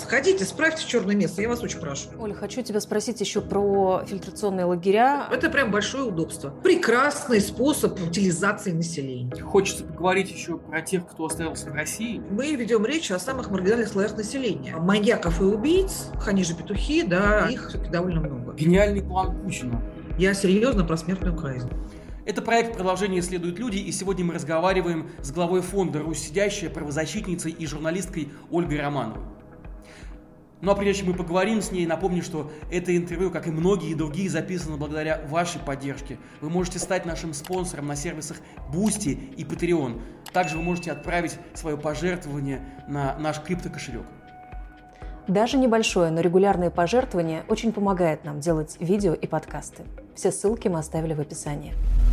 Сходите, справьте черное место, я вас очень прошу. Оля, хочу тебя спросить еще про фильтрационные лагеря. Это прям большое удобство. Прекрасный способ утилизации населения. Хочется поговорить еще про тех, кто остался в России. Мы ведем речь о самых маргинальных слоях населения. Маньяков и убийц, они же петухи, да, их все-таки довольно много. Гениальный план Путина. Я серьезно про смертную казнь. Это проект «Продолжение исследуют люди», и сегодня мы разговариваем с главой фонда «Русь сидящая», правозащитницей и журналисткой Ольгой Романовой. Ну а прежде чем мы поговорим с ней, напомню, что это интервью, как и многие другие, записано благодаря вашей поддержке. Вы можете стать нашим спонсором на сервисах Boosty и Patreon. Также вы можете отправить свое пожертвование на наш криптокошелек. Даже небольшое, но регулярное пожертвование очень помогает нам делать видео и подкасты. Все ссылки мы оставили в описании.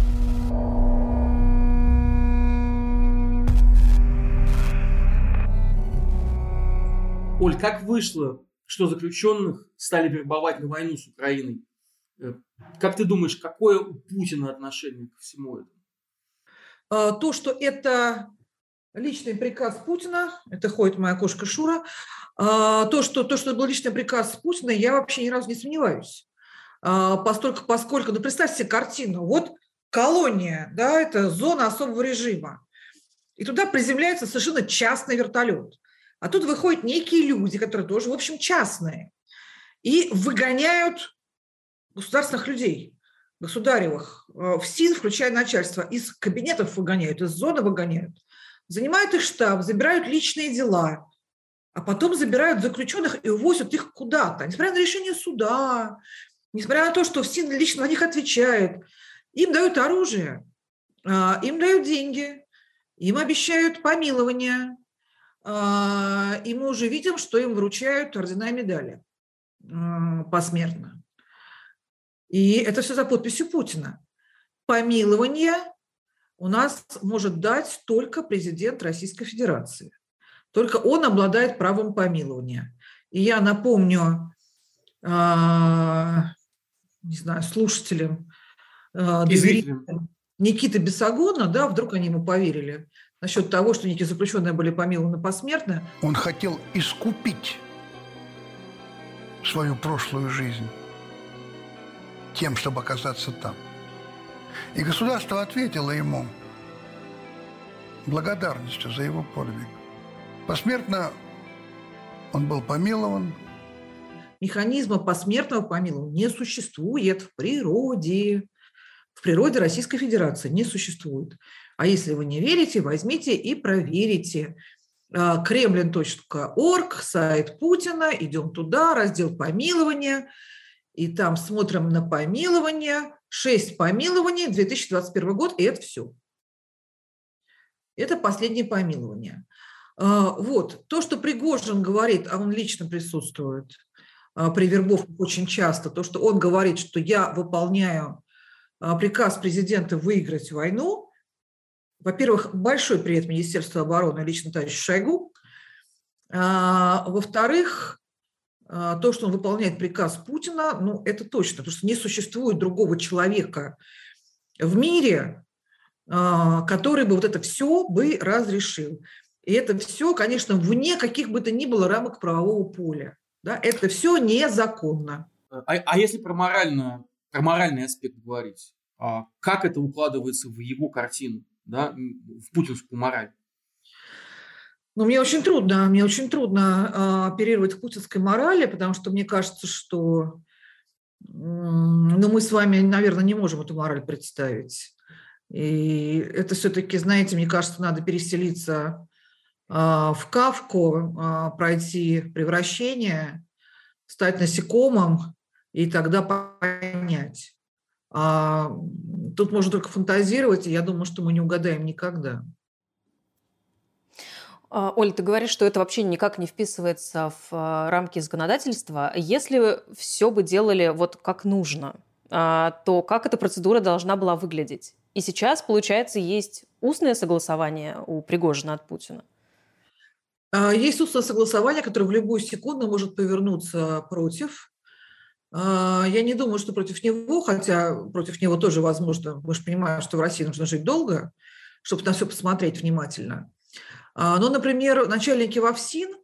Оль, как вышло, что заключенных стали вербовать на войну с Украиной? Как ты думаешь, какое у Путина отношение ко всему этому? То, что это личный приказ Путина, это ходит моя кошка Шура, то, что это был личный приказ Путина, я вообще ни разу не сомневаюсь. Поскольку, ну, представьте себе картину, вот колония, да, это зона особого режима, и туда приземляется совершенно частный вертолет. А тут выходят некие люди, которые тоже, в общем, частные, и выгоняют государственных людей, государевых, в СИН, включая начальство, из кабинетов выгоняют, из зоны выгоняют, занимают их штаб, забирают личные дела, а потом забирают заключенных и увозят их куда-то, несмотря на решение суда, несмотря на то, что в СИН лично на них отвечает. Им дают оружие, им дают деньги, им обещают помилование, и мы уже видим, что им вручают ордена и медали посмертно. И это все за подписью Путина. Помилование у нас может дать только президент Российской Федерации. Только он обладает правом помилования. И я напомню, не знаю, слушателям, Никиты Бесогона, да, вдруг они ему поверили, насчет того, что некие заключенные были помилованы посмертно. Он хотел искупить свою прошлую жизнь тем, чтобы оказаться там. И государство ответило ему благодарностью за его подвиг. Посмертно он был помилован. Механизма посмертного помилования не существует в природе. В природе Российской Федерации не существует. А если вы не верите, возьмите и проверите. Kremlin.org, сайт Путина, идем туда, раздел помилования, и там смотрим на помилование, 6 помилований, 2021 год, и это все. Это последнее помилование. Вот. То, что Пригожин говорит, а он лично присутствует при вербовках очень часто, то, что он говорит, что я выполняю приказ президента выиграть войну. Во-первых, большой привет Министерству обороны, лично товарищу Шойгу. Во-вторых, то, что он выполняет приказ Путина, ну, это точно, потому что не существует другого человека в мире, который бы вот это все бы разрешил. И это все, конечно, вне каких бы то ни было рамок правового поля. Да? Это все незаконно. А если про моральный аспект говорить, как это укладывается в его картину, да, в путинскую мораль? Ну, мне очень трудно оперировать в путинской морали, потому что мне кажется, что мы с вами, наверное, не можем эту мораль представить. И это все-таки, знаете, мне кажется, надо переселиться в Кафку, пройти превращение, стать насекомым и тогда понять. Тут можно только фантазировать, и я думаю, что мы не угадаем никогда. Оль, ты говоришь, что это вообще никак не вписывается в рамки законодательства. Если все бы делали вот как нужно, то как эта процедура должна была выглядеть? И сейчас, получается, есть устное согласование у Пригожина от Путина? Есть устное согласование, которое в любую секунду может повернуться против. Я не думаю, что против него, хотя против него тоже возможно. Мы же понимаем, что в России нужно жить долго, чтобы на все посмотреть внимательно. Но, например, начальники ВАФСИН,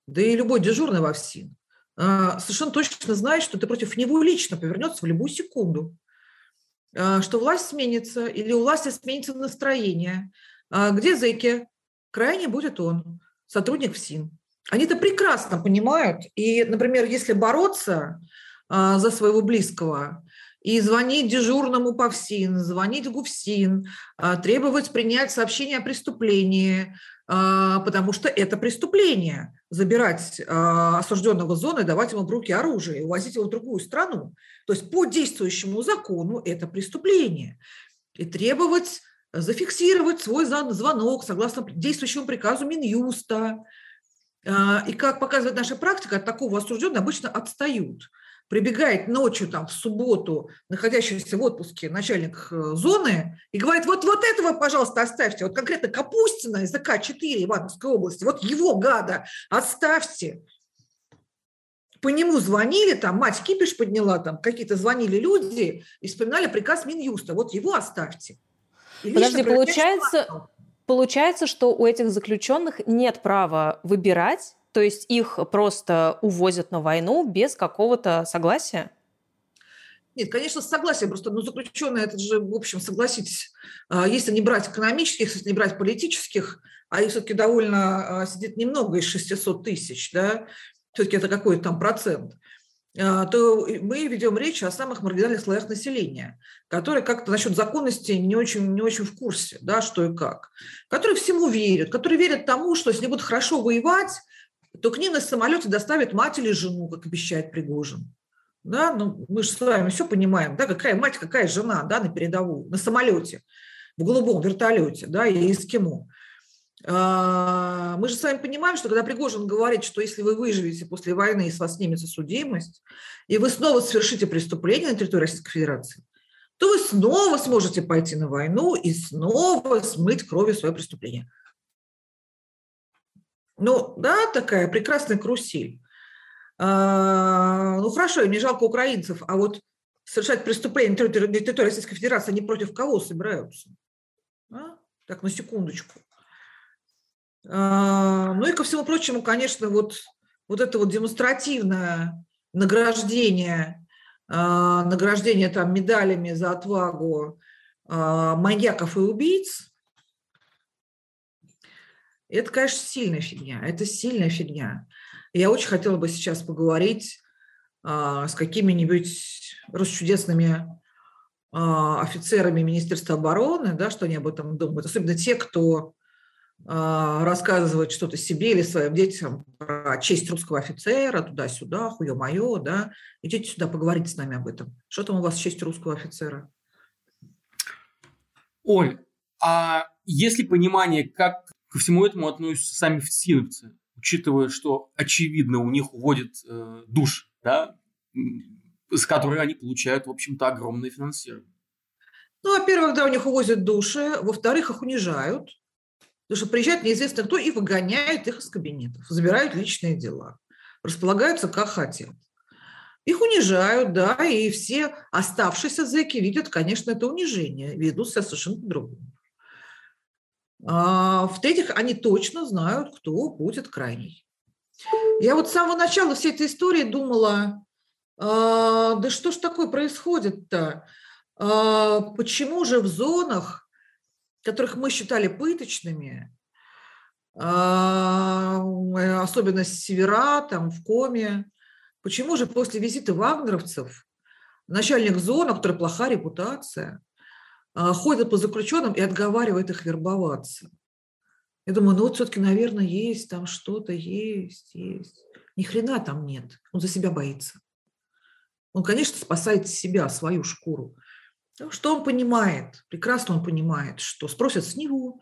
да и любой дежурный во ФСИН, совершенно точно знает, что ты против него лично повернется в любую секунду, что власть сменится или у власти сменится настроение. Где зэки? Крайне будет он, сотрудник ФСИН. Они это прекрасно понимают. И, например, если бороться за своего близкого и звонить дежурному по ФСИН, звонить в ГУФСИН, требовать принять сообщение о преступлении, потому что это преступление – забирать осужденного зоны, давать ему в руки оружие и увозить его в другую страну. То есть по действующему закону это преступление. И требовать зафиксировать свой звонок согласно действующему приказу Минюста. И, как показывает наша практика, от такого осужденного обычно отстают. Прибегает ночью, в субботу, находящийся в отпуске начальник зоны и говорит, вот этого, пожалуйста, оставьте. Вот конкретно Капустина из ЗК-4 Ивановской области, вот его, гада, оставьте. По нему звонили, мать кипиш подняла, какие-то звонили люди и вспоминали приказ Минюста. Вот его оставьте. Подожди, получается, что у этих заключенных нет права выбирать, то есть их просто увозят на войну без какого-то согласия? Нет, конечно, с согласием. Просто заключенные, это же, в общем, согласитесь, если не брать экономических, если не брать политических, а их все-таки довольно сидит немного из 600 тысяч, да, все-таки это какой-то процент, то мы ведем речь о самых маргинальных слоях населения, которые как-то насчет законности не очень в курсе, да, что и как, которые всему верят, которые верят тому, что если будут хорошо воевать, то к ним на самолете доставят мать или жену, как обещает Пригожин. Да, мы же с вами все понимаем, да, какая мать, какая жена, да, на передовую, на самолете, в голубом вертолете, да, и эскимо. Мы же с вами понимаем, что когда Пригожин говорит, что если вы выживете после войны и с вас снимется судимость, и вы снова совершите преступление на территории Российской Федерации, то вы снова сможете пойти на войну и снова смыть кровью свое преступление. Да, такая прекрасная карусель. Хорошо, им не жалко украинцев, а вот совершать преступления на территории Российской Федерации они против кого собираются? Так, на секундочку. И ко всему прочему, конечно, вот это демонстративное награждение медалями за отвагу маньяков и убийц, это, конечно, сильная фигня. Это сильная фигня. Я очень хотела бы сейчас поговорить с какими-нибудь расчудесными офицерами Министерства обороны, да, что они об этом думают. Особенно те, кто рассказывать что-то себе или своим детям про честь русского офицера, туда-сюда, хуё-моё, да, идите сюда, поговорите с нами об этом. Что там у вас с честью русского офицера? Оль, а есть ли понимание, как ко всему этому относятся сами ФСИНовцы, учитывая, что, очевидно, у них уводят душ, да, с которой они получают, в общем-то, огромное финансирование? Во-первых, да, у них увозят души, во-вторых, их унижают, потому что приезжает неизвестно кто и выгоняет их из кабинетов, забирают личные дела, располагаются как хотят. Их унижают, да, и все оставшиеся зэки видят, конечно, это унижение, ведут себя совершенно по-другому. В-третьих, они точно знают, кто будет крайний. Я вот с самого начала всей этой истории думала, да что ж такое происходит-то? Почему же в зонах, которых мы считали пыточными, особенно с севера, в Коме, почему же после визита вагнеровцев начальник зоны, у которой плохая репутация, ходит по заключенным и отговаривает их вербоваться? Я думаю, все-таки, наверное, есть там что-то, есть. Ни хрена там нет. Он за себя боится. Он, конечно, спасает себя, свою шкуру. Потому что он понимает, прекрасно он понимает, что спросят с него.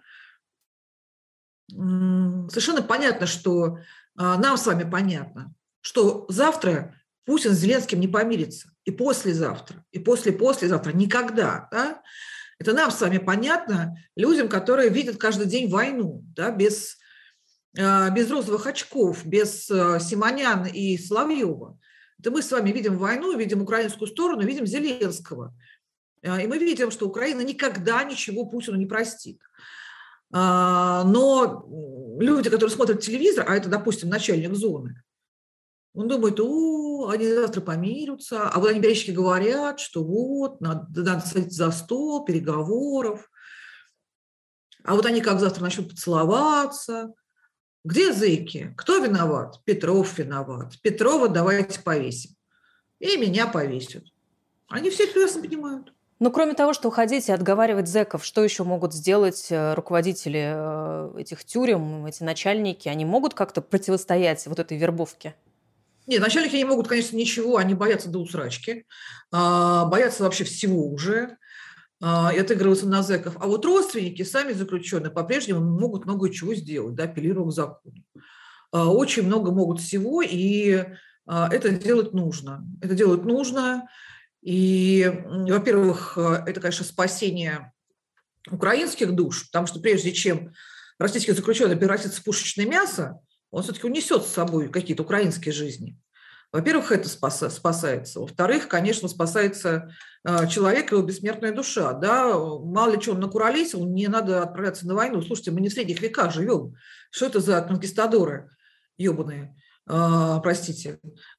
Совершенно понятно, что нам с вами понятно, что завтра Путин с Зеленским не помирится. И послезавтра, и послезавтра. Никогда. Да? Это нам с вами понятно, людям, которые видят каждый день войну, да, без розовых очков, без Симонян и Соловьева. Это мы с вами видим войну, видим украинскую сторону, видим Зеленского. И мы видим, что Украина никогда ничего Путину не простит. Но люди, которые смотрят телевизор, а это, допустим, начальник зоны, он думает, они завтра помирятся, а вот они периодически говорят, что вот, надо садиться за стол переговоров, а вот они как завтра начнут целоваться. Где зэки? Кто виноват? Петров виноват. Петрова давайте повесим. И меня повесят. Они все это прекрасно понимают. Но кроме того, что уходить и отговаривать зэков, что еще могут сделать руководители этих тюрем, эти начальники? Они могут как-то противостоять вот этой вербовке? Нет, начальники не могут, конечно, ничего. Они боятся до усрачки, боятся вообще всего уже и отыгрываться на зэков. А вот родственники, сами заключенные, по-прежнему могут много чего сделать, да, апеллируя к закону. Очень много могут всего, и это делать нужно. Это делать нужно. И, во-первых, это, конечно, спасение украинских душ, потому что прежде чем российский заключенный превратится в пушечное мясо, он все-таки унесет с собой какие-то украинские жизни. Во-первых, это спасается. Во-вторых, конечно, спасается человек, его бессмертная душа. Да? Мало ли что он накуролесил, не надо отправляться на войну. Слушайте, мы не в средних веках живем. Что это за конкистадоры ебаные? Простите.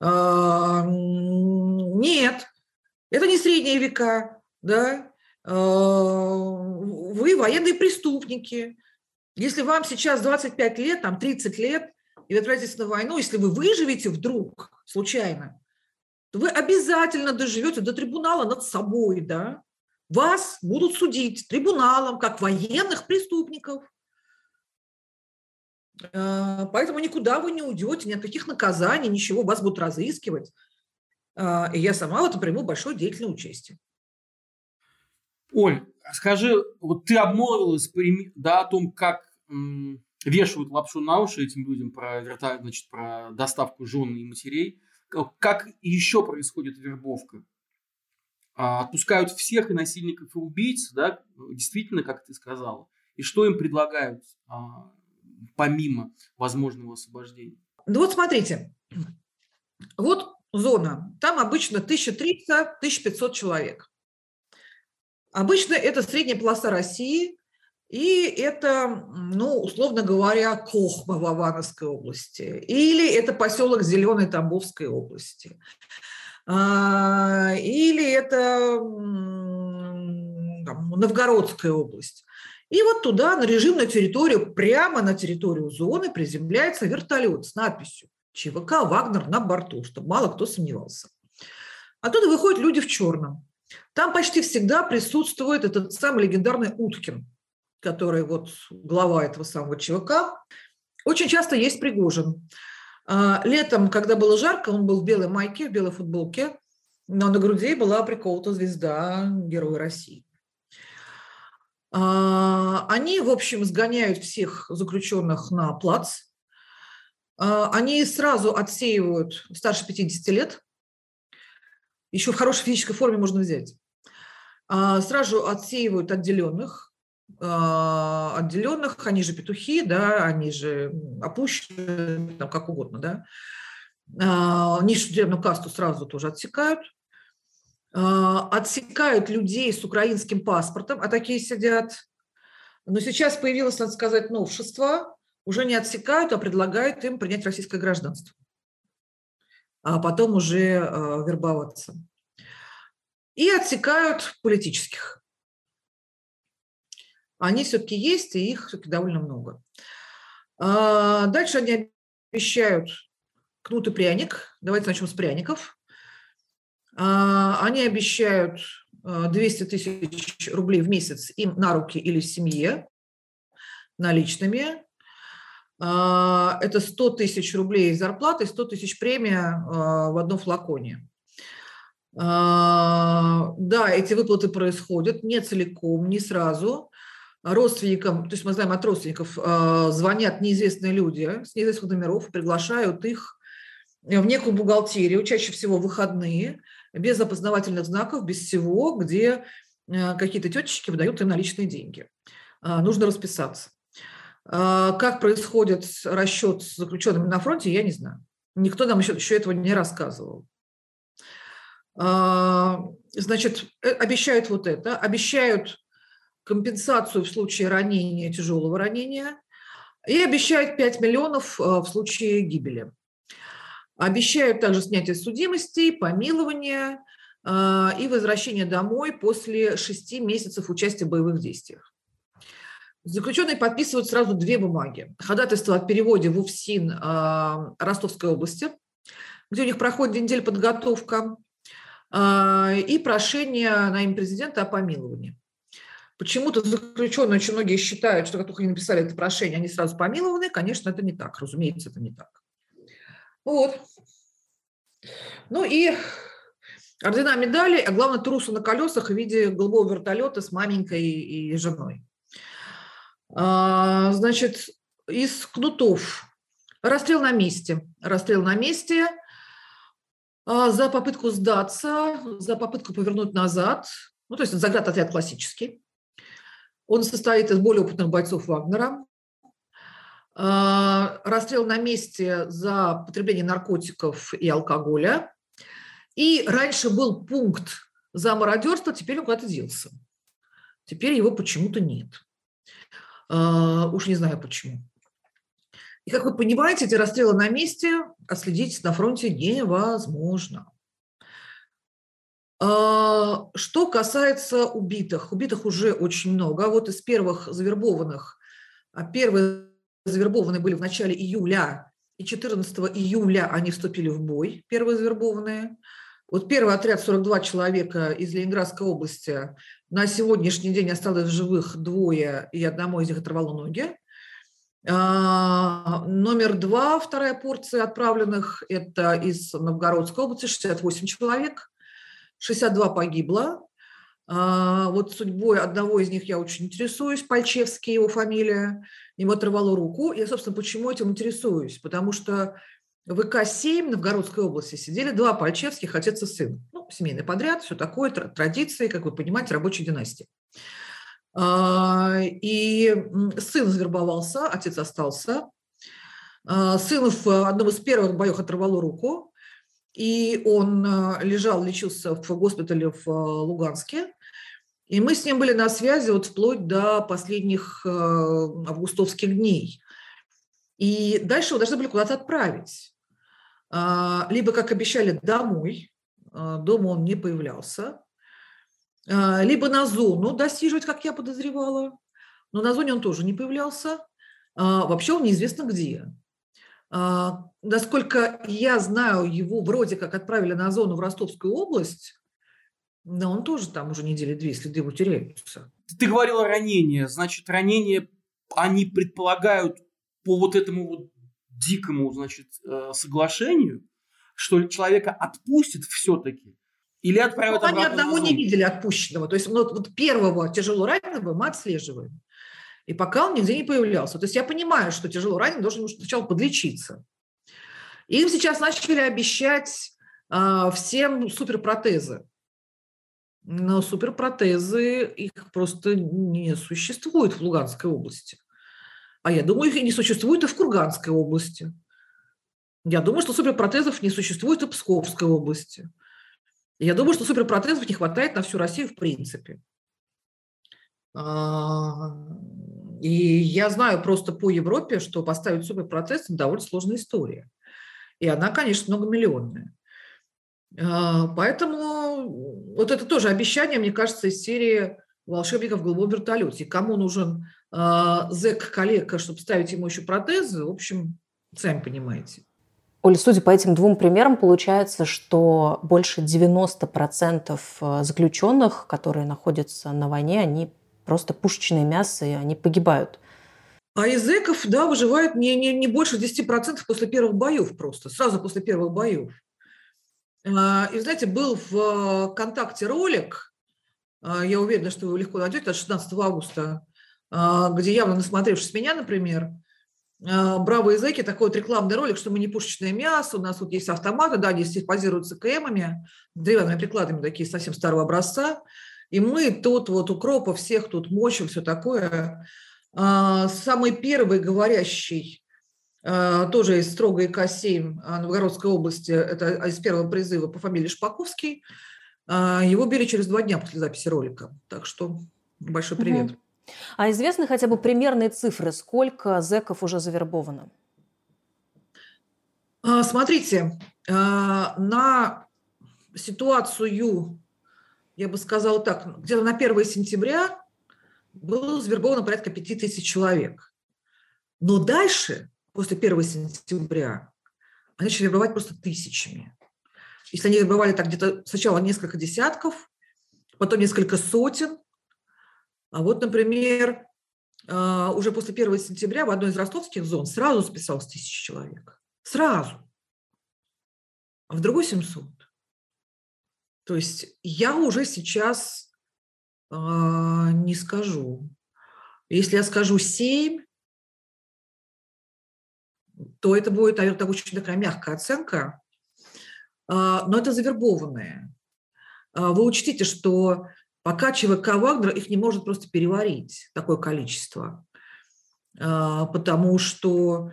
Нет. Это не средние века, да? Вы военные преступники. Если вам сейчас 25 лет, там 30 лет, и вы отправитесь на войну, если вы выживете вдруг, случайно, то вы обязательно доживете до трибунала над собой, да? Вас будут судить трибуналом, как военных преступников. Поэтому никуда вы не уйдете, ни от каких наказаний, ничего, вас будут разыскивать. И я сама в этом приму большое деятельное участие. Оль, скажи, вот ты обмолвилась о том, как вешают лапшу на уши этим людям про доставку жен и матерей. Как еще происходит вербовка? Отпускают всех и насильников, и убийц, да, действительно, как ты сказала. И что им предлагают помимо возможного освобождения? Ну вот смотрите, вот зона, там обычно 1300-1500 человек. Обычно это средняя полоса России, и это, условно говоря, Кохма в Ивановской области, или это поселок Зеленый Тамбовской области, или это Новгородская область. И вот туда, на режимную территорию, прямо на территорию зоны приземляется вертолет с надписью ЧВК «Вагнер» на борту, чтобы мало кто сомневался. Оттуда выходят люди в черном. Там почти всегда присутствует этот самый легендарный Уткин, который вот глава этого самого ЧВК. Очень часто есть Пригожин. Летом, когда было жарко, он был в белой майке, в белой футболке, но на груди была приколота звезда Героя России. Они, в общем, сгоняют всех заключенных на плац. Они сразу отсеивают старше 50 лет. Еще в хорошей физической форме можно взять. Сразу отсеивают отделенных, они же петухи, да, они же опущены, там, как угодно, да. Низшую судебную касту сразу тоже отсекают. Отсекают людей с украинским паспортом, а такие сидят. Но сейчас появилось, надо сказать, новшество. Уже не отсекают, а предлагают им принять российское гражданство, а потом уже вербоваться. И отсекают политических. Они все-таки есть, и их все-таки довольно много. Дальше они обещают кнут и пряник. Давайте начнем с пряников. Они обещают 200 тысяч рублей в месяц им на руки или семье наличными. Это 100 тысяч рублей зарплаты, 100 тысяч премия в одном флаконе. Да, эти выплаты происходят не целиком, не сразу. Родственникам, то есть мы знаем от родственников, звонят неизвестные люди с неизвестных номеров, приглашают их в некую бухгалтерию, чаще всего выходные, без опознавательных знаков, без всего, где какие-то тетечки выдают им наличные деньги. Нужно расписаться. Как происходит расчет с заключенными на фронте, я не знаю. Никто нам еще этого не рассказывал. Значит, обещают вот это, обещают компенсацию в случае ранения, тяжелого ранения, и обещают 5 миллионов в случае гибели. Обещают также снятие судимости, помилование и возвращение домой после 6 месяцев участия в боевых действиях. Заключенные подписывают сразу 2 бумаги. Ходатайство о переводе в УФСИН Ростовской области, где у них проходит 2 недели подготовка, и прошение на имя президента о помиловании. Почему-то заключенные очень многие считают, что как только они написали это прошение, они сразу помилованы. Конечно, это не так. Разумеется, это не так. Вот. Ну и ордена, медали, а главное, трусы на колесах в виде голубого вертолета с маменькой и женой. Значит, из кнутов. Расстрел на месте. Расстрел на месте за попытку сдаться, за попытку повернуть назад. Ну, то есть заградотряд классический. Он состоит из более опытных бойцов Вагнера. Расстрел на месте за потребление наркотиков и алкоголя. И раньше был пункт за мародерство, теперь он куда-то делся. Теперь его почему-то нет. Уж не знаю почему. И, как вы понимаете, эти расстрелы на месте отследить на фронте невозможно. Что касается убитых. Убитых уже очень много. Вот из первых завербованных, первые завербованные были в начале июля, и 14 июля они вступили в бой, первые завербованные. Вот первый отряд, 42 человека из Ленинградской области, на сегодняшний день осталось в живых 2, и одному из них оторвало ноги. Номер 2, вторая порция отправленных, это из Новгородской области, 68 человек, 62 погибло. Вот судьбой одного из них я очень интересуюсь, Пальчевский его фамилия, ему оторвало руку. Я, собственно, почему этим интересуюсь? Потому что в ВК-7 Новгородской области сидели 2 Пальчевских, отец и сын. Ну, семейный подряд, все такое, традиции, как вы понимаете, рабочей династии. И сын завербовался, отец остался. Сыну в одном из первых боев оторвало руку, и он лежал, лечился в госпитале в Луганске. И мы с ним были на связи вот вплоть до последних августовских дней. И дальше его должны были куда-то отправить. Либо, как обещали, домой. Дома он не появлялся. Либо на зону досиживать, как я подозревала. Но на зоне он тоже не появлялся. Вообще он неизвестно где. Насколько я знаю, его вроде как отправили на зону в Ростовскую область, но он тоже там уже 2 недели, следы его теряются. Ты говорила ранения. Значит, ранения они предполагают по вот этому вот дикому, значит, соглашению, что человека отпустят все-таки или отправят обратно они одного на зону. Не видели отпущенного. То есть вот первого тяжело раненого мы отслеживаем. И пока он нигде не появлялся. То есть я понимаю, что тяжело раненый должен сначала подлечиться. Им сейчас начали обещать всем суперпротезы. Но суперпротезы, их просто не существует в Луганской области. А я думаю, их и не существует и в Курганской области. Я думаю, что суперпротезов не существует и в Псковской области. Я думаю, что суперпротезов не хватает на всю Россию в принципе. И я знаю просто по Европе, что поставить суперпротез – это довольно сложная история. И она, конечно, многомиллионная. Поэтому вот это тоже обещание, мне кажется, из серии «Волшебников в голубом вертолете». Кому нужен зэк-коллега, чтобы ставить ему еще протезы, в общем, сами понимаете. Оль, судя по этим 2 примерам, получается, что больше 90% заключенных, которые находятся на войне, они просто пушечное мясо, и они погибают. А из зэков, да, выживают не больше 10% после первых боев просто, сразу после первых боев. И, знаете, был в ВКонтакте ролик, я уверена, что вы его легко найдете, от 16 августа, где явно насмотревшись меня, например, бравые зэки, такой вот рекламный ролик, что мы не пушечное мясо, у нас вот есть автоматы, да, они здесь позируются КМами, деревянными прикладами, такие совсем старого образца, и мы тут вот укропов всех тут мочим, все такое. Самый первый говорящий, тоже из строгой ИК-7 Новгородской области, это из первого призыва по фамилии Шпаковский, его били через 2 дня после записи ролика. Так что Большой привет. А известны хотя бы примерные цифры, сколько зэков уже завербовано? Смотрите, на ситуацию, я бы сказала так, где-то на 1 сентября было завербовано порядка 5000 человек. Но дальше, после 1 сентября, они начали вербовать просто тысячами. Если они вербовали так где-то сначала несколько десятков, потом несколько сотен. А вот, например, уже после 1 сентября в одной из ростовских зон сразу списалось 1000 человек. Сразу. А в другой 700. То есть я уже сейчас не скажу. Если я скажу 7, то это будет, наверное, очень такая мягкая оценка. Но это завербованные. Вы учтите, что пока ЧВК «Вагнер» их не может просто переварить, такое количество. Потому что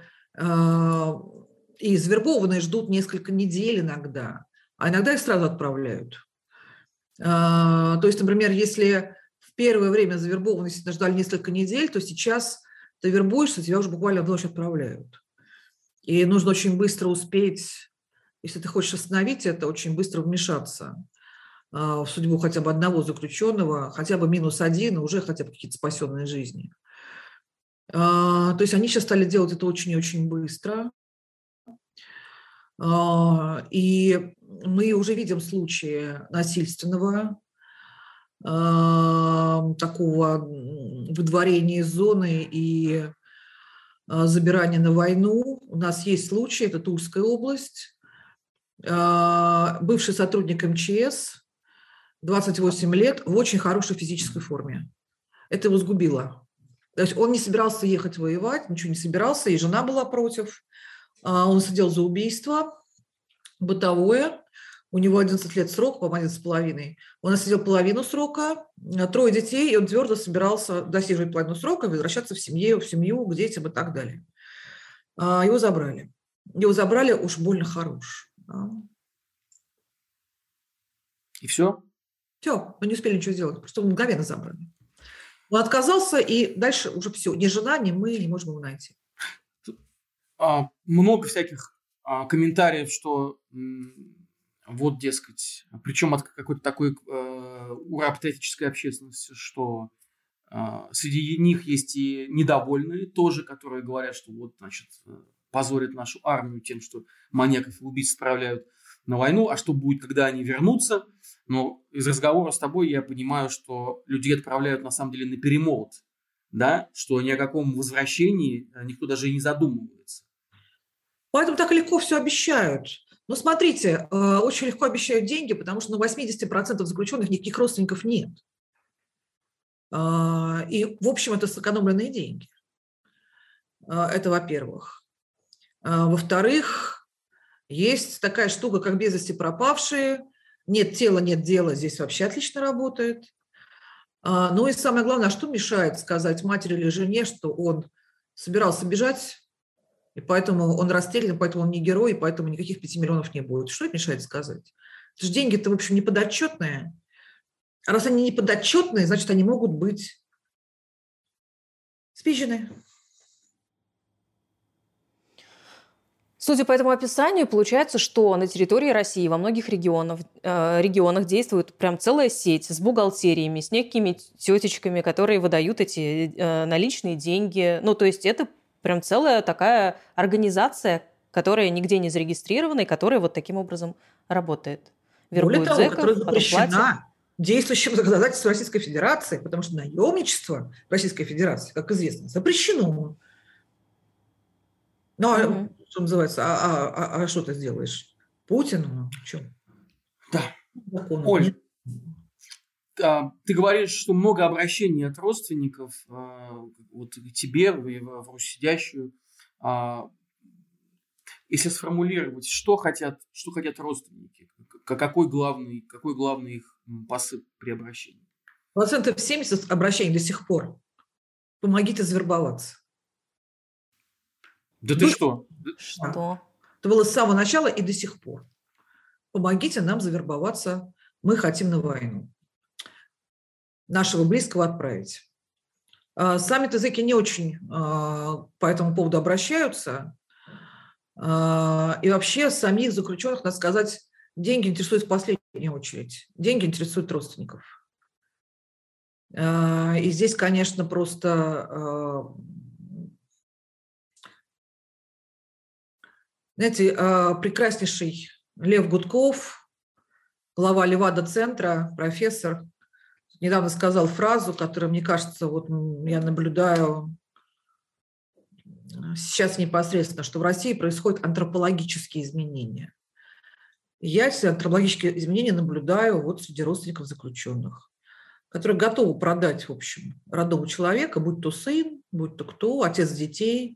и завербованные ждут несколько недель иногда, а иногда их сразу отправляют. То есть, например, если в первое время завербованные ждали несколько недель, то сейчас ты вербуешься, тебя уже буквально в ночь отправляют. И нужно очень быстро успеть, если ты хочешь остановить это, очень быстро вмешаться в судьбу хотя бы одного заключенного, хотя бы -1, и уже хотя бы какие-то спасенные жизни. То есть они сейчас стали делать это очень и очень быстро. И мы уже видим случаи насильственного такого выдворения из зоны и забирания на войну. У нас есть случай, это Тульская область. Бывший сотрудник МЧС, 28 лет, в очень хорошей физической форме. Это его сгубило. То есть он не собирался ехать воевать, ничего не собирался, и жена была против. Он сидел за убийство бытовое. У него 11 лет срок, по-моему, 11,5. Он отсидел половину срока, 3 детей, и он твердо собирался досиживать половину срока, возвращаться в семью, к детям и так далее. Его забрали. Его забрали, уж больно хорош. И все? Все, мы не успели ничего сделать, просто мгновенно забрали. Он отказался, и дальше уже все. Ни жена, ни мы не можем его найти. Много всяких комментариев, что вот, дескать, причем от какой-то такой ура-патриотической общественности, что среди них есть и недовольные тоже, которые говорят, что вот, значит, позорят нашу армию тем, что маньяков и убийц отправляют на войну, а что будет, когда они вернутся. Но из разговора с тобой я понимаю, что людей отправляют на самом деле на перемолот, да, что ни о каком возвращении никто даже и не задумывается. Поэтому так легко все обещают. Но смотрите, очень легко обещают деньги, потому что на 80% заключенных никаких родственников нет. И, в общем, это сэкономленные деньги. Это во-первых. Во-вторых, есть такая штука, как без вести пропавшие. Нет тела, нет дела. Здесь вообще отлично работает. Ну и самое главное, что мешает сказать матери или жене, что он собирался бежать, и поэтому он расстрелян, поэтому он не герой, и поэтому никаких 5 миллионов не будет. Что это мешает сказать? Потому что деньги-то, в общем, не подотчетные. А раз они не подотчетные, значит, они могут быть спизжены. Судя по этому описанию, получается, что на территории России во многих регионах действует прям целая сеть с бухгалтериями, с некими тетечками, которые выдают эти наличные деньги. Ну, то есть это прям целая такая организация, которая нигде не зарегистрирована и которая вот таким образом работает. Более того, которая запрещена действующим законодательством Российской Федерации, потому что наемничество Российской Федерации, как известно, запрещено. Ну, что называется, а что ты сделаешь? Путин? Что? Да. Законом. Оль, ты говоришь, что много обращений от родственников вот к тебе, в Руссидящую. Если сформулировать, что хотят родственники, какой главный их посыл при обращении? 70% обращений до сих пор. Помогите завербоваться. Да ты что? Что? Это было с самого начала и до сих пор. Помогите нам завербоваться, мы хотим на войну. нашего близкого отправить. Сами-то зэки не очень по этому поводу обращаются. И вообще самих заключенных, надо сказать, деньги интересуют в последнюю очередь. Деньги интересуют родственников. И здесь, конечно, просто, знаете, прекраснейший Лев Гудков, глава Левада-центра, профессор, недавно сказал фразу, которую, мне кажется, вот я наблюдаю сейчас непосредственно, что в России происходят антропологические изменения. Я эти антропологические изменения наблюдаю вот среди родственников заключенных, которые готовы продать, в общем, родного человека, будь то сын, будь то кто, отец детей,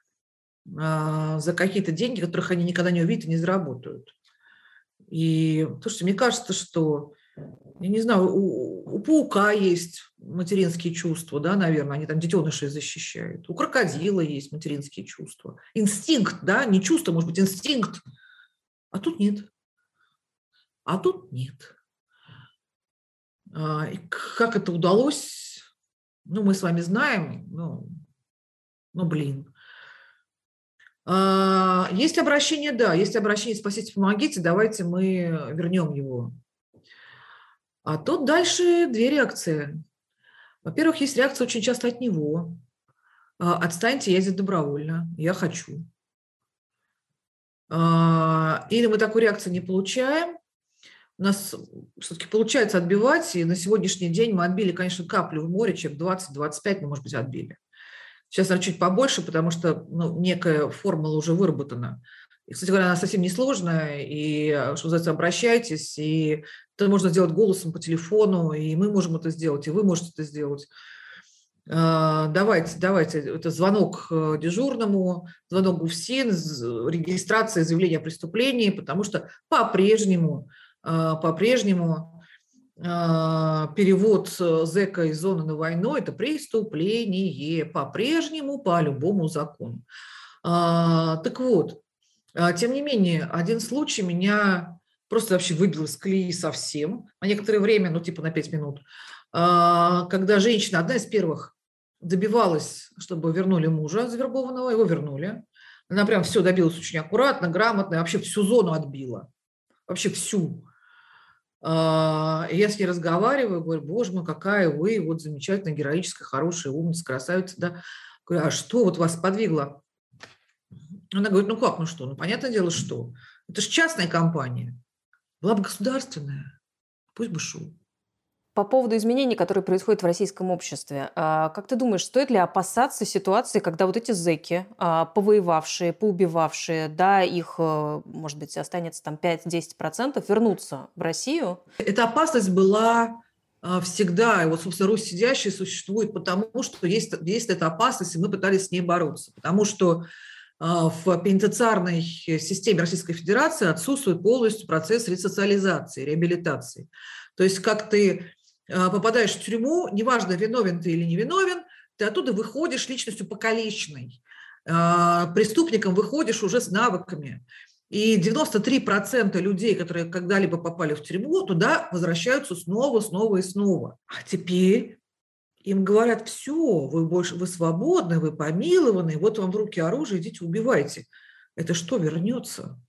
за какие-то деньги, которых они никогда не увидят и не заработают. И слушайте, мне кажется, что, я не знаю, у паука есть материнские чувства, да, наверное, они там детенышей защищают. У крокодила есть материнские чувства. Инстинкт, да, не чувство, может быть, инстинкт. А тут нет. А тут нет. И как это удалось, ну, мы с вами знаем, блин. Есть обращение, да, есть обращение «Спасите, помогите», давайте мы вернем его. А тут дальше две реакции. Во-первых, есть реакция очень часто от него. «Отстаньте, я здесь добровольно, я хочу». Или мы такой реакции не получаем, у нас все-таки получается отбивать, и на сегодняшний день мы отбили, конечно, каплю в море, человек 20-25 мы, может быть, отбили. Сейчас она чуть побольше, потому что некая формула уже выработана. И, кстати говоря, она совсем несложная, и, что называется, обращайтесь, и это можно сделать голосом по телефону, и мы можем это сделать, и вы можете это сделать. Давайте, это звонок дежурному, звонок ГУФСИН, регистрация заявления о преступлении, потому что по-прежнему перевод зэка из зоны на войну – это преступление, по-прежнему, по любому закону. Так вот, тем не менее, один случай меня просто вообще выбил из колеи совсем, на некоторое время, на 5 минут, когда женщина, одна из первых, добивалась, чтобы вернули мужа завербованного, его вернули. Она прям все добилась очень аккуратно, грамотно, вообще всю зону отбила. Вообще всю. Я с ней разговариваю, говорю: боже мой, какая вы вот замечательная, героическая, хорошая, умница, красавица. Да? Говорю: а что вот вас подвигло? Она говорит: понятное дело, что. Это же частная компания. Была бы государственная, пусть бы шел. По поводу изменений, которые происходят в российском обществе, как ты думаешь, стоит ли опасаться ситуации, когда вот эти зэки, повоевавшие, поубивавшие, да, их, может быть, останется там 5-10%, вернутся в Россию? Эта опасность была всегда, и вот, собственно, Русь сидящая существует потому, что есть эта опасность, и мы пытались с ней бороться, потому что в пенитенциарной системе Российской Федерации отсутствует полностью процесс ресоциализации, реабилитации. То есть как ты попадаешь в тюрьму, неважно, виновен ты или не виновен, ты оттуда выходишь личностью покалеченной, преступником выходишь уже с навыками. И 93% людей, которые когда-либо попали в тюрьму, туда возвращаются снова и снова. А теперь им говорят: все, вы свободны, вы помилованы, вот вам в руки оружие, идите убивайте. Это что, вернется?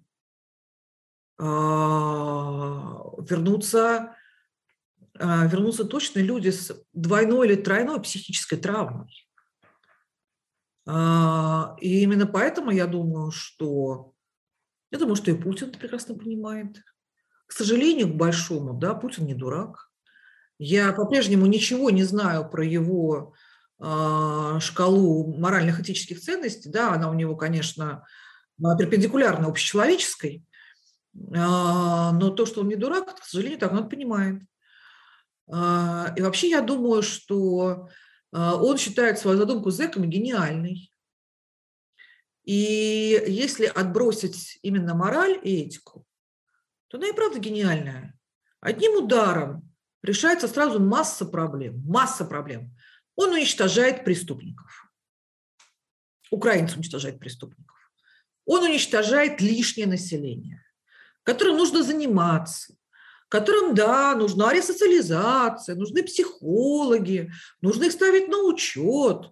Вернутся точно люди с двойной или тройной психической травмой. И именно поэтому я думаю, что и Путин это прекрасно понимает. К сожалению, к большому, да, Путин не дурак. Я по-прежнему ничего не знаю про его шкалу моральных этических ценностей. Да, она у него, конечно, перпендикулярна общечеловеческой, но то, что он не дурак, к сожалению, так он понимает. И вообще я думаю, что он считает свою задумку с зэками гениальной. И если отбросить именно мораль и этику, то она и правда гениальная. Одним ударом решается сразу масса проблем. Он уничтожает преступников. Украинец уничтожает преступников. Он уничтожает лишнее население, которым нужно заниматься, которым, да, нужна ресоциализация, нужны психологи, нужно их ставить на учет,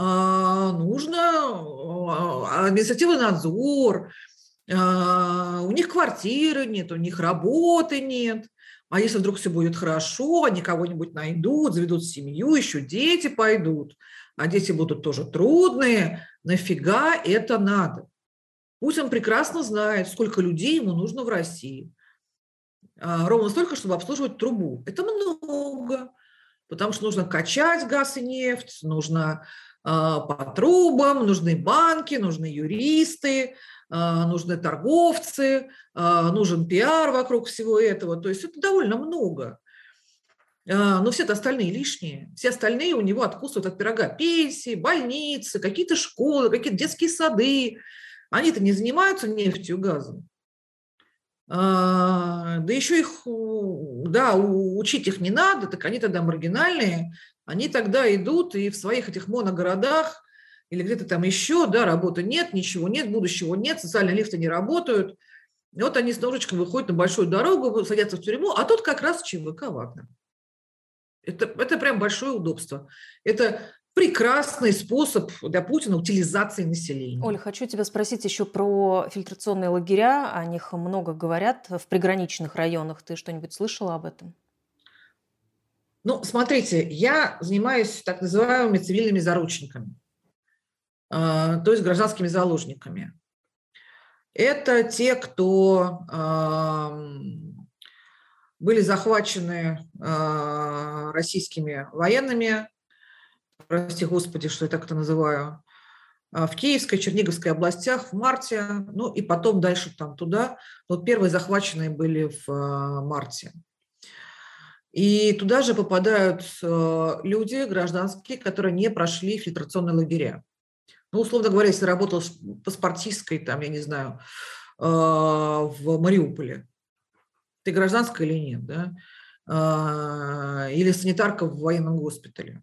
нужно административный надзор, у них квартиры нет, у них работы нет. А если вдруг все будет хорошо, они кого-нибудь найдут, заведут семью, еще дети пойдут, а дети будут тоже трудные, нафига это надо? Путин прекрасно знает, сколько людей ему нужно в России. Ровно столько, чтобы обслуживать трубу. Это много, потому что нужно качать газ и нефть, нужно по трубам, нужны банки, нужны юристы, нужны торговцы, нужен пиар вокруг всего этого. То есть это довольно много. Но все остальные лишние. Все остальные у него откусывают от пирога пенсии, больницы, какие-то школы, какие-то детские сады. Они-то не занимаются нефтью, газом. Да еще их, да, учить их не надо, так они тогда маргинальные. Они тогда идут и в своих этих моногородах или где-то там еще, да, работы нет, ничего нет, будущего нет, социальные лифты не работают. И вот они с ножичком выходят на большую дорогу, садятся в тюрьму, а тут как раз ЧВК Вагнер. Это прям большое удобство. Это прекрасный способ для Путина утилизации населения. Оля, хочу тебя спросить еще про фильтрационные лагеря. О них много говорят в приграничных районах. Ты что-нибудь слышала об этом? Ну, смотрите, я занимаюсь так называемыми цивильными заручниками, то есть гражданскими заложниками. Это те, кто были захвачены российскими военными, прости господи, что я так это называю, в Киевской, Черниговской областях в марте, ну и потом дальше там туда. Вот первые захваченные были в марте. И туда же попадают люди гражданские, которые не прошли фильтрационные лагеря. Ну, условно говоря, если работал паспортисткой, там, я не знаю, в Мариуполе, ты гражданская или нет, да? Или санитарка в военном госпитале.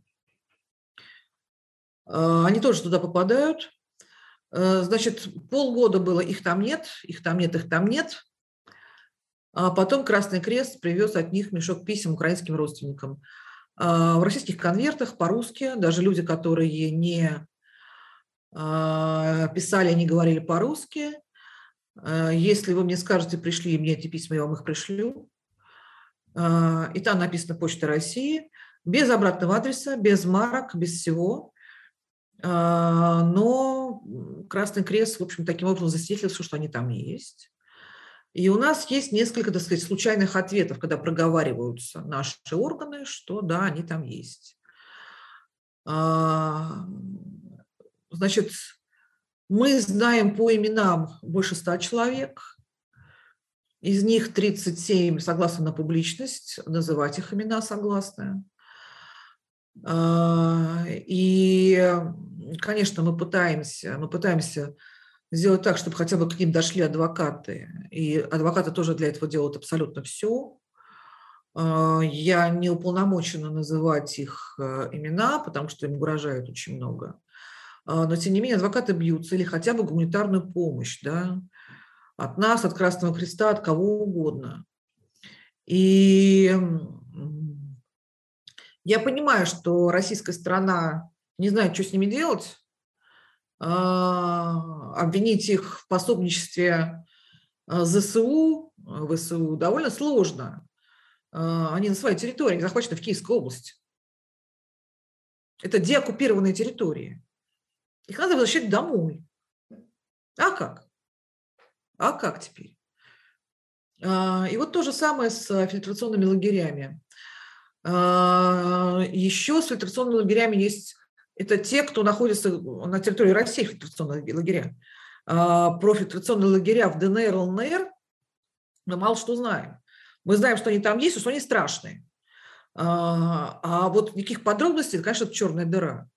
Они тоже туда попадают. Значит, полгода было, их там нет, их там нет, их там нет. А потом Красный Крест привез от них мешок писем украинским родственникам. В российских конвертах по-русски, даже люди, которые не писали, они говорили по-русски. Если вы мне скажете, пришли мне эти письма, я вам их пришлю. И там написано «Почта России», без обратного адреса, без марок, без всего. Но Красный Крест, в общем, таким образом засветился, что они там есть. И у нас есть несколько, так сказать, случайных ответов, когда проговариваются наши органы, что да, они там есть. Значит, мы знаем по именам больше 100 человек. Из них 37 согласны на публичность, называть их имена согласны. И, конечно, мы пытаемся сделать так, чтобы хотя бы к ним дошли адвокаты. И адвокаты тоже для этого делают абсолютно все. Я не уполномочена называть их имена, потому что им угрожает очень много. Но, тем не менее, адвокаты бьются или хотя бы гуманитарную помощь, да, от нас, от Красного Креста, от кого угодно. И я понимаю, что российская сторона не знает, что с ними делать. Обвинить их в пособничестве ЗСУ, ВСУ довольно сложно. Они на своей территории, они захвачены в Киевской области. Это деоккупированные территории. Их надо возвращать домой. А как? А как теперь? И вот то же самое с фильтрационными лагерями. Еще с фильтрационными лагерями есть... Это те, кто находится на территории России, фильтрационные лагеря. Про фильтрационные лагеря в ДНР, ЛНР мы мало что знаем. Мы знаем, что они там есть, и что они страшные. А вот никаких подробностей, конечно, это черная дыра.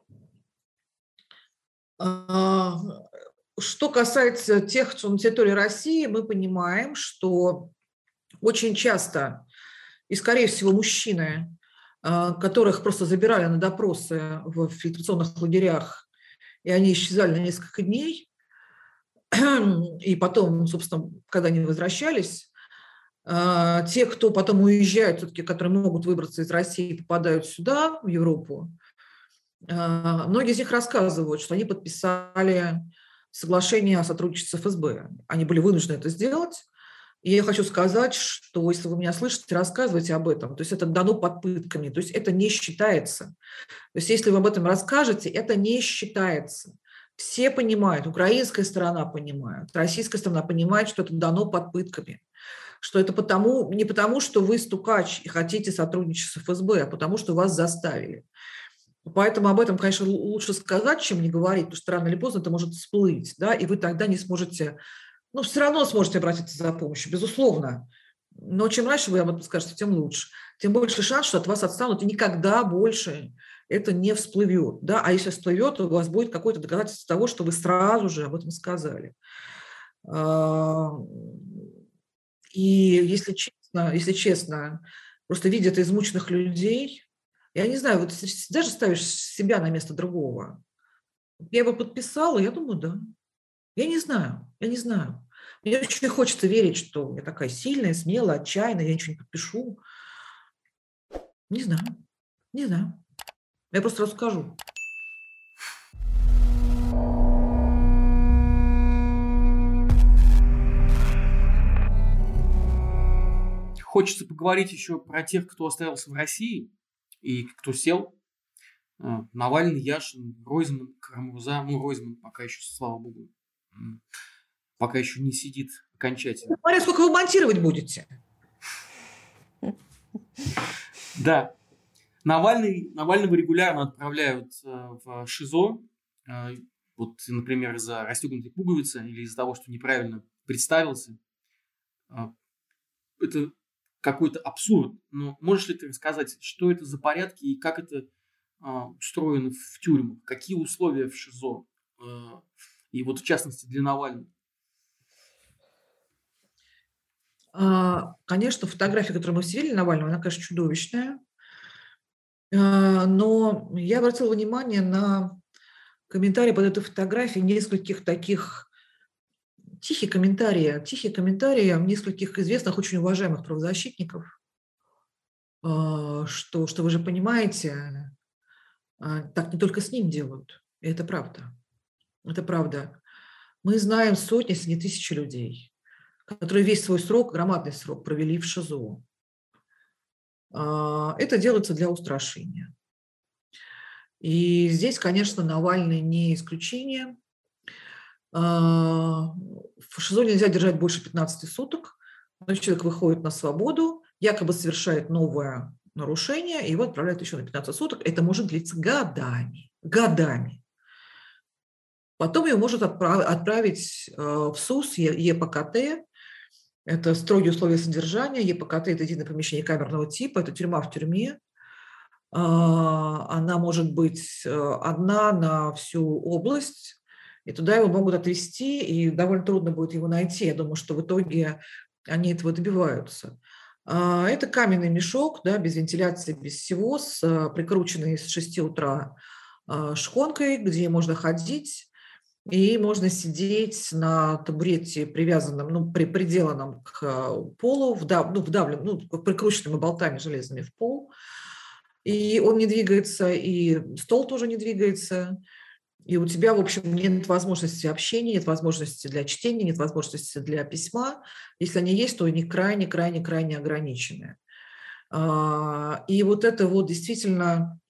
Что касается тех, кто на территории России, мы понимаем, что очень часто, и, скорее всего, мужчины, которых просто забирали на допросы в фильтрационных лагерях, и они исчезали на несколько дней, и потом, собственно, когда они возвращались, Те, кто потом уезжают, все-таки, которые могут выбраться из России и попадают сюда, в Европу, многие из них рассказывают, что они подписали соглашение о сотрудничестве с ФСБ. Они были вынуждены это сделать. И я хочу сказать, что если вы меня слышите, рассказывайте об этом. То есть это дано под пытками. То есть это не считается. То есть если вы об этом расскажете, это не считается. Все понимают, украинская сторона понимает, российская сторона понимает, что это дано под пытками. Что это не потому, что вы стукач и хотите сотрудничать с ФСБ, а потому, что вас заставили. Поэтому об этом, конечно, лучше сказать, чем не говорить, потому что рано или поздно это может всплыть, да, и вы тогда не сможете, все равно сможете обратиться за помощью, безусловно. Но чем раньше вы об этом скажете, тем лучше. Тем больше шанс, что от вас отстанут, и никогда больше это не всплывет. Да? А если всплывет, то у вас будет какое-то доказательство того, что вы сразу же об этом сказали. И если честно, просто видя это измученных людей, я не знаю, вот даже ставишь себя на место другого. Я бы подписала, я думаю, да. Я не знаю. Мне очень хочется верить, что я такая сильная, смелая, отчаянная, я ничего не подпишу. Не знаю. Я просто расскажу. Хочется поговорить еще про тех, кто остался в России и кто сел. Навальный, Яшин, Ройзман, Карамурза. Ройзман пока еще, слава богу, пока еще не сидит окончательно. Смотря сколько вы монтировать будете. Да. Навального регулярно отправляют в ШИЗО. Вот, например, из-за расстегнутой пуговицы или из-за того, что неправильно представился. Это какой-то абсурд. Но можешь ли ты рассказать, что это за порядки и как это устроено в тюрьмах? Какие условия в ШИЗО? И вот в частности для Навального. Конечно, фотография, которую мы все видели Навального, она, конечно, чудовищная. Но я обратила внимание на комментарии под этой фотографией нескольких таких тихие комментарии нескольких известных, очень уважаемых правозащитников, что вы же понимаете, так не только с ним делают. И это правда. Это правда. Мы знаем сотни, если не тысячи людей, которые весь свой срок, громадный срок, провели в ШИЗО. Это делается для устрашения. И здесь, конечно, Навальный не исключение. В ШИЗО нельзя держать больше 15 суток. Но человек выходит на свободу, якобы совершает новое нарушение, и его отправляют еще на 15 суток. Это может длиться годами. Потом его может отправить в СУС, ЕПКТ. Это строгие условия содержания. ЕПКТ – это единое помещение камерного типа, это тюрьма в тюрьме. Она может быть одна на всю область, и туда его могут отвезти, и довольно трудно будет его найти. Я думаю, что в итоге они этого добиваются. Это каменный мешок, да, без вентиляции, без всего, прикрученный с 6 утра шконкой, где можно ходить, и можно сидеть на табурете, привязанном, приделанном к полу, вдавленном, прикрученными болтами железными в пол. И он не двигается, и стол тоже не двигается. И у тебя, в общем, нет возможности общения, нет возможности для чтения, нет возможности для письма. Если они есть, то они крайне ограничены. И вот это вот действительно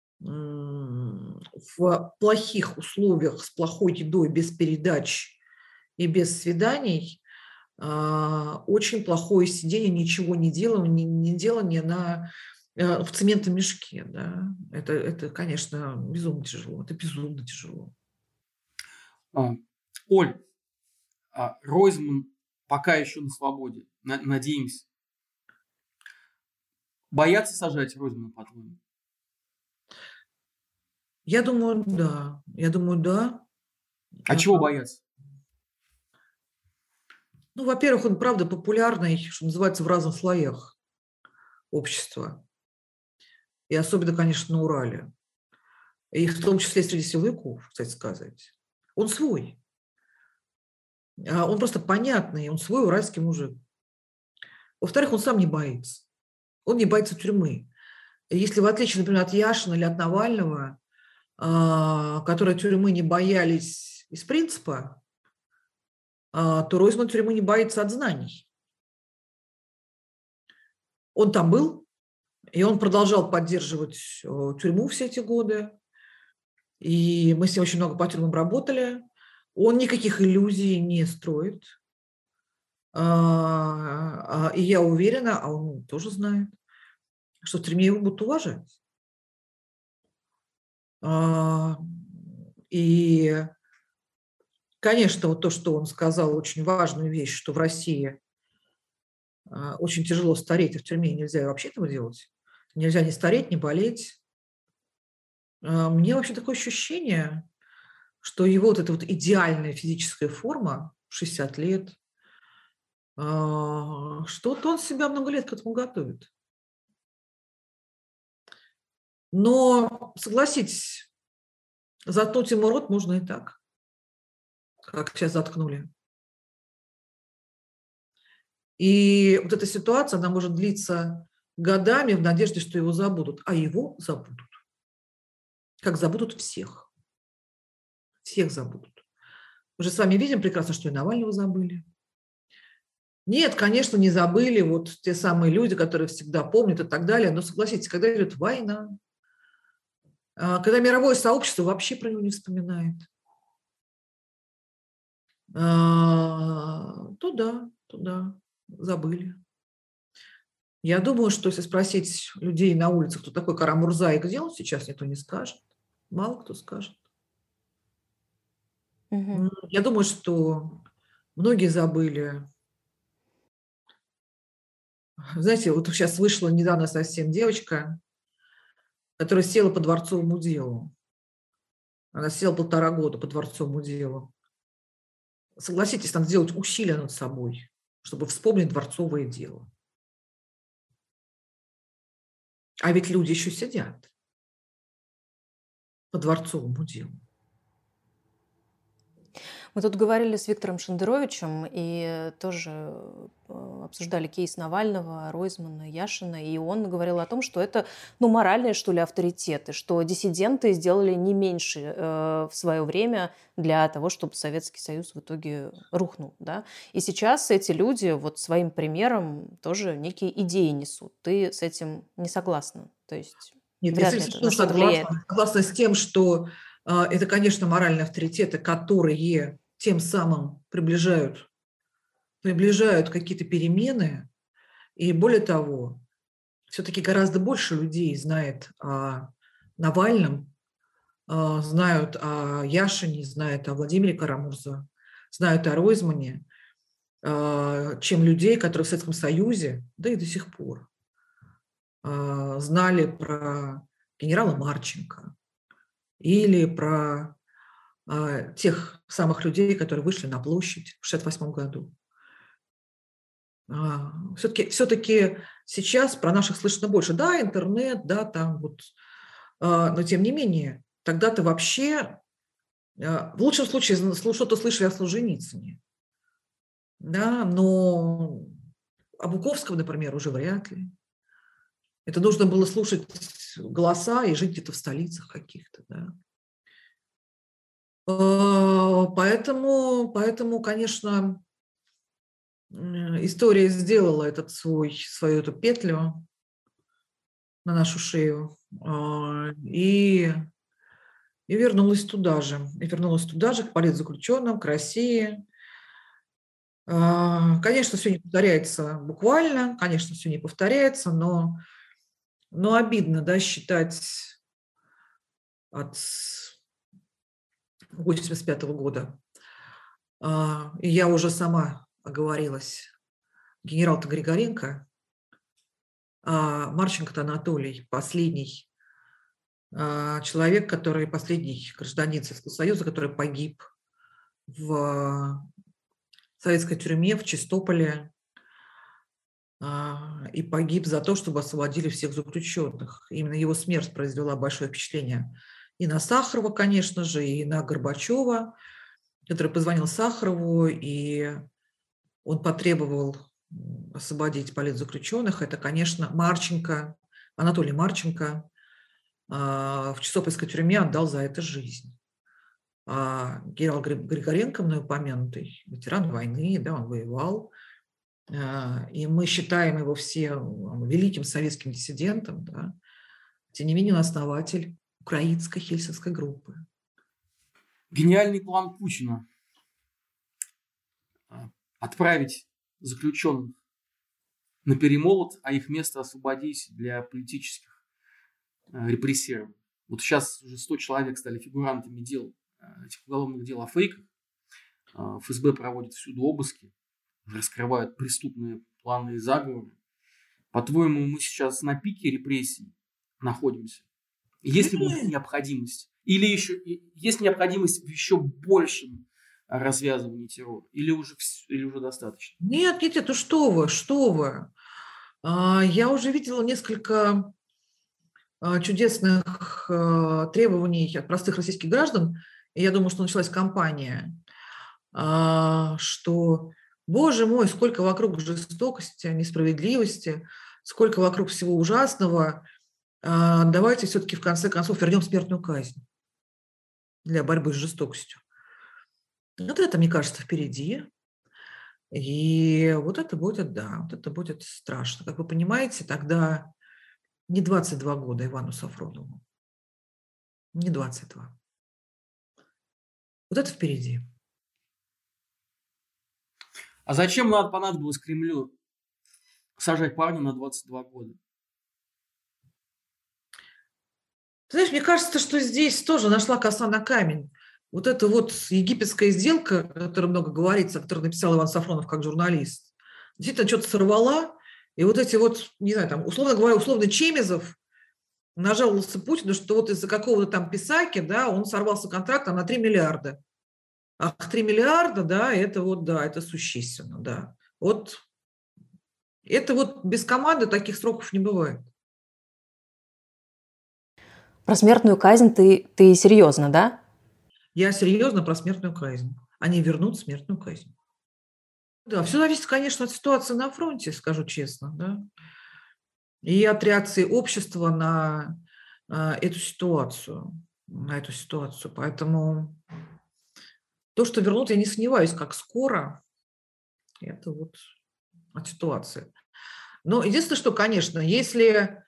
в плохих условиях, с плохой едой, без передач и без свиданий, очень плохое сидение, ничего не делание в цементном мешке. Да. Это, конечно, безумно тяжело. Это безумно тяжело. Оль, Ройзман пока еще на свободе. Надеемся. Боятся сажать Ройзмана, по-твоему? Я думаю, да. А чего боятся? Во-первых, он, правда, популярный, что называется, в разных слоях общества. И особенно, конечно, на Урале. И в том числе среди силовиков, кстати сказать. Он свой. Он просто понятный, он свой уральский мужик. Во-вторых, он сам не боится. Он не боится тюрьмы. Если в отличие, например, от Яшина или от Навального, которые тюрьмы не боялись из принципа, то Ройзман тюрьмы не боится от знаний. Он там был, и он продолжал поддерживать тюрьму все эти годы. И мы с ним очень много по тюрьмам работали. Он никаких иллюзий не строит. И я уверена, а он тоже знает, что в тюрьме его будут уважать. И, конечно, вот то, что он сказал, очень важную вещь, что в России очень тяжело стареть, и в тюрьме нельзя вообще этого делать. Нельзя ни стареть, ни болеть. Мне вообще такое ощущение, что его вот эта вот идеальная физическая форма, 60 лет, что-то он себя много лет к этому готовит. Но, согласитесь, заткнуть ему рот можно и так, как сейчас заткнули. И вот эта ситуация, она может длиться годами в надежде, что его забудут. А его забудут. Как забудут всех. Всех забудут. Мы же с вами видим прекрасно, что и Навального забыли. Нет, конечно, не забыли вот те самые люди, которые всегда помнят и так далее. Но согласитесь, когда идет война, когда мировое сообщество вообще про него не вспоминает, то да, забыли. Я думаю, что если спросить людей на улице, кто такой Кара-Мурза и где он сейчас, никто не скажет. Мало кто скажет. Мгм. Я думаю, что многие забыли. Знаете, вот сейчас вышла недавно совсем девочка, которая села по дворцовому делу. Она села 1,5 года по дворцовому делу. Согласитесь, надо сделать усилия над собой, чтобы вспомнить дворцовое дело. А ведь люди еще сидят по дворцовому делу. Мы тут говорили с Виктором Шендеровичем и тоже обсуждали кейс Навального, Ройзмана, Яшина, и он говорил о том, что это, моральные, что ли, авторитеты, что диссиденты сделали не меньше в свое время для того, чтобы Советский Союз в итоге рухнул, да. И сейчас эти люди вот своим примером тоже некие идеи несут. Ты с этим не согласна? То есть Нет, вряд я ли это совершенно на что-то влияет. согласна с тем, что это, конечно, моральные авторитеты, которые тем самым приближают какие-то перемены. И более того, все-таки гораздо больше людей знает о Навальном, знают о Яшине, знают о Владимире Кара-Мурза, знают о Ройзмане, чем людей, которые в Советском Союзе, да и до сих пор, знали про генерала Марченко или про тех самых людей, которые вышли на площадь в 1968 году. Все-таки сейчас про наших слышно больше. Да, интернет, да, там вот, но тем не менее, тогда-то вообще, в лучшем случае, что-то слышали о Солженицыне, да, но о Буковском, например, уже вряд ли. Это нужно было слушать голоса и жить где-то в столицах каких-то, да. Поэтому, конечно, история сделала свою эту петлю на нашу шею и вернулась туда же. К политзаключенным, к России. Конечно, все не повторяется буквально, конечно, все не повторяется, но обидно, да, считать от 1985 года. И я уже сама оговорилась. Генерал-то Григоренко, а Марченко-то Анатолий, последний человек, последний гражданин Советского Союза, который погиб в советской тюрьме в Чистополе и погиб за то, чтобы освободили всех заключенных. Именно его смерть произвела большое впечатление и на Сахарова, конечно же, и на Горбачева, который позвонил Сахарову, и он потребовал освободить политзаключенных, это, конечно, Марченко, Анатолий Марченко в Чесопольской тюрьме отдал за это жизнь. Генерал Григоренко, мной упомянутый, ветеран войны, да, он воевал, и мы считаем его все великим советским диссидентом, да. Тем не менее, он основатель украинской Хельсинской группы. Гениальный план Путина отправить заключенных на перемолот, а их место освободить для политических репрессирований. Вот сейчас уже 100 человек стали фигурантами дел, этих уголовных дел о фейках. ФСБ проводит всюду обыски, раскрывают преступные планы и заговоры. По-твоему, мы сейчас на пике репрессий находимся? Есть ли необходимость? Или еще есть необходимость в еще большем развязывании террора? Или уже достаточно? Нет, ну что вы. Я уже видела несколько чудесных требований от простых российских граждан, и я думаю, что началась кампания, что, боже мой, сколько вокруг жестокости, несправедливости, сколько вокруг всего ужасного, давайте все-таки в конце концов вернем смертную казнь для борьбы с жестокостью. Вот это, мне кажется, впереди. И вот это будет страшно. Как вы понимаете, тогда не 22 года Ивану Сафронову. Не 22. Вот это впереди. А зачем понадобилось Кремлю сажать парня на 22 года? Ты знаешь, мне кажется, что здесь тоже нашла коса на камень. Вот эта вот египетская сделка, о которой много говорится, о которой написал Иван Сафронов как журналист, действительно что-то сорвала. И вот эти вот, не знаю, там, условно говоря, условно Чемезов нажаловался Путину, что вот из-за какого-то там писаки, да, он сорвался контрактом на 3 миллиарда. Ах, 3 миллиарда, да, это вот, да, это существенно, да. Вот это вот без команды таких сроков не бывает. Про смертную казнь ты серьезно, да? Я серьезно про смертную казнь. Они вернут смертную казнь. Да, все зависит, конечно, от ситуации на фронте, скажу честно, да, и от реакции общества на эту ситуацию, Поэтому то, что вернут, я не сомневаюсь, как скоро, это вот от ситуации. Но единственное, что, конечно, если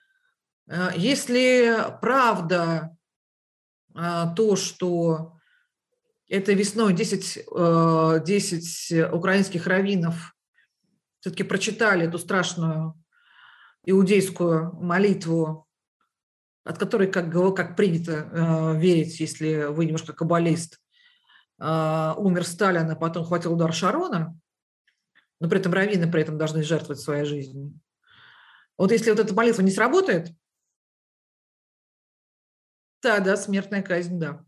правда то, что этой весной 10 украинских раввинов все-таки прочитали эту страшную иудейскую молитву, от которой, как принято верить, если вы немножко каббалист, умер Сталин, а потом хватил удар Шарона, но при этом раввины при этом должны жертвовать своей жизнью. Вот если вот эта молитва не сработает, да, смертная казнь, да.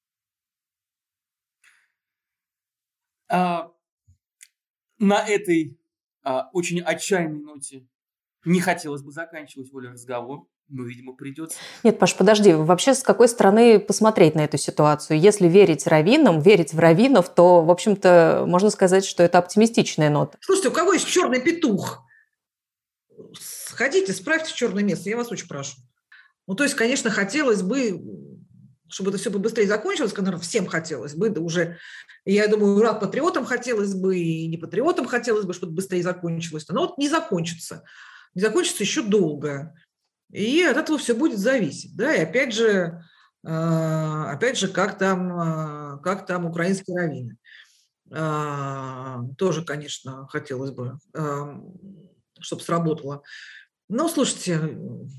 На этой очень отчаянной ноте не хотелось бы заканчивать, Оля, разговор, но, видимо, придется. Нет, Паш, подожди, вообще с какой стороны посмотреть на эту ситуацию? Если верить раввинам, верить в раввинов, то, в общем-то, можно сказать, что это оптимистичная нота. Слушайте, у кого есть черный петух? Сходите, справьте черное место, я вас очень прошу. Ну, то есть, конечно, хотелось бы, чтобы это все побыстрее закончилось, наверное, всем хотелось бы, да уже, я думаю, ура, патриотам хотелось бы, и не патриотам хотелось бы, чтобы это быстрее закончилось, но вот не закончится еще долго, и от этого все будет зависеть, да, и опять же, как там украинские раввины. Тоже, конечно, хотелось бы, чтобы сработало. Но, слушайте,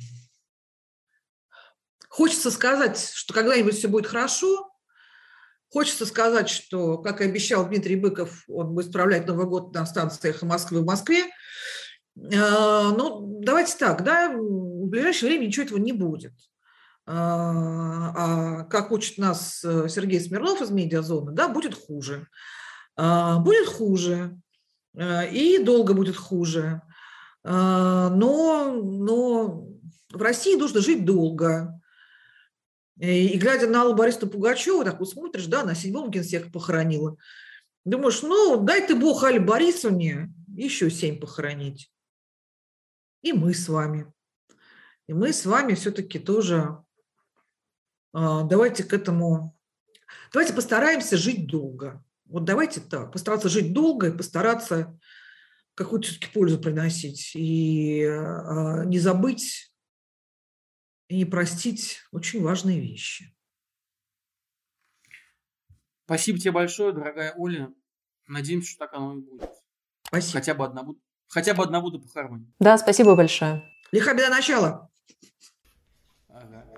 хочется сказать, что когда-нибудь все будет хорошо. Хочется сказать, что, как и обещал Дмитрий Быков, он будет справлять Новый год на станции «Эхо Москвы» в Москве. Ну, давайте так, да, в ближайшее время ничего этого не будет. Как учит нас Сергей Смирнов из «Медиазоны», да, будет хуже. Будет хуже. И долго будет хуже. Но в России нужно жить долго. И глядя на Аллу Борисовну Пугачеву, так вот смотришь, да, на 7-м генсека похоронила. Думаешь, ну, дай ты Бог Алле Борисовне еще 7 похоронить. и мы с вами. И мы с вами все-таки тоже давайте постараемся жить долго. Вот давайте так, постараться жить долго и постараться какую-то все-таки пользу приносить. И не забыть и не простить очень важные вещи. Спасибо тебе большое, дорогая Оля. Надеемся, что так оно и будет. Спасибо. Хотя бы одна буду похоронить. Да, спасибо большое. Лиха беда начала. Ага.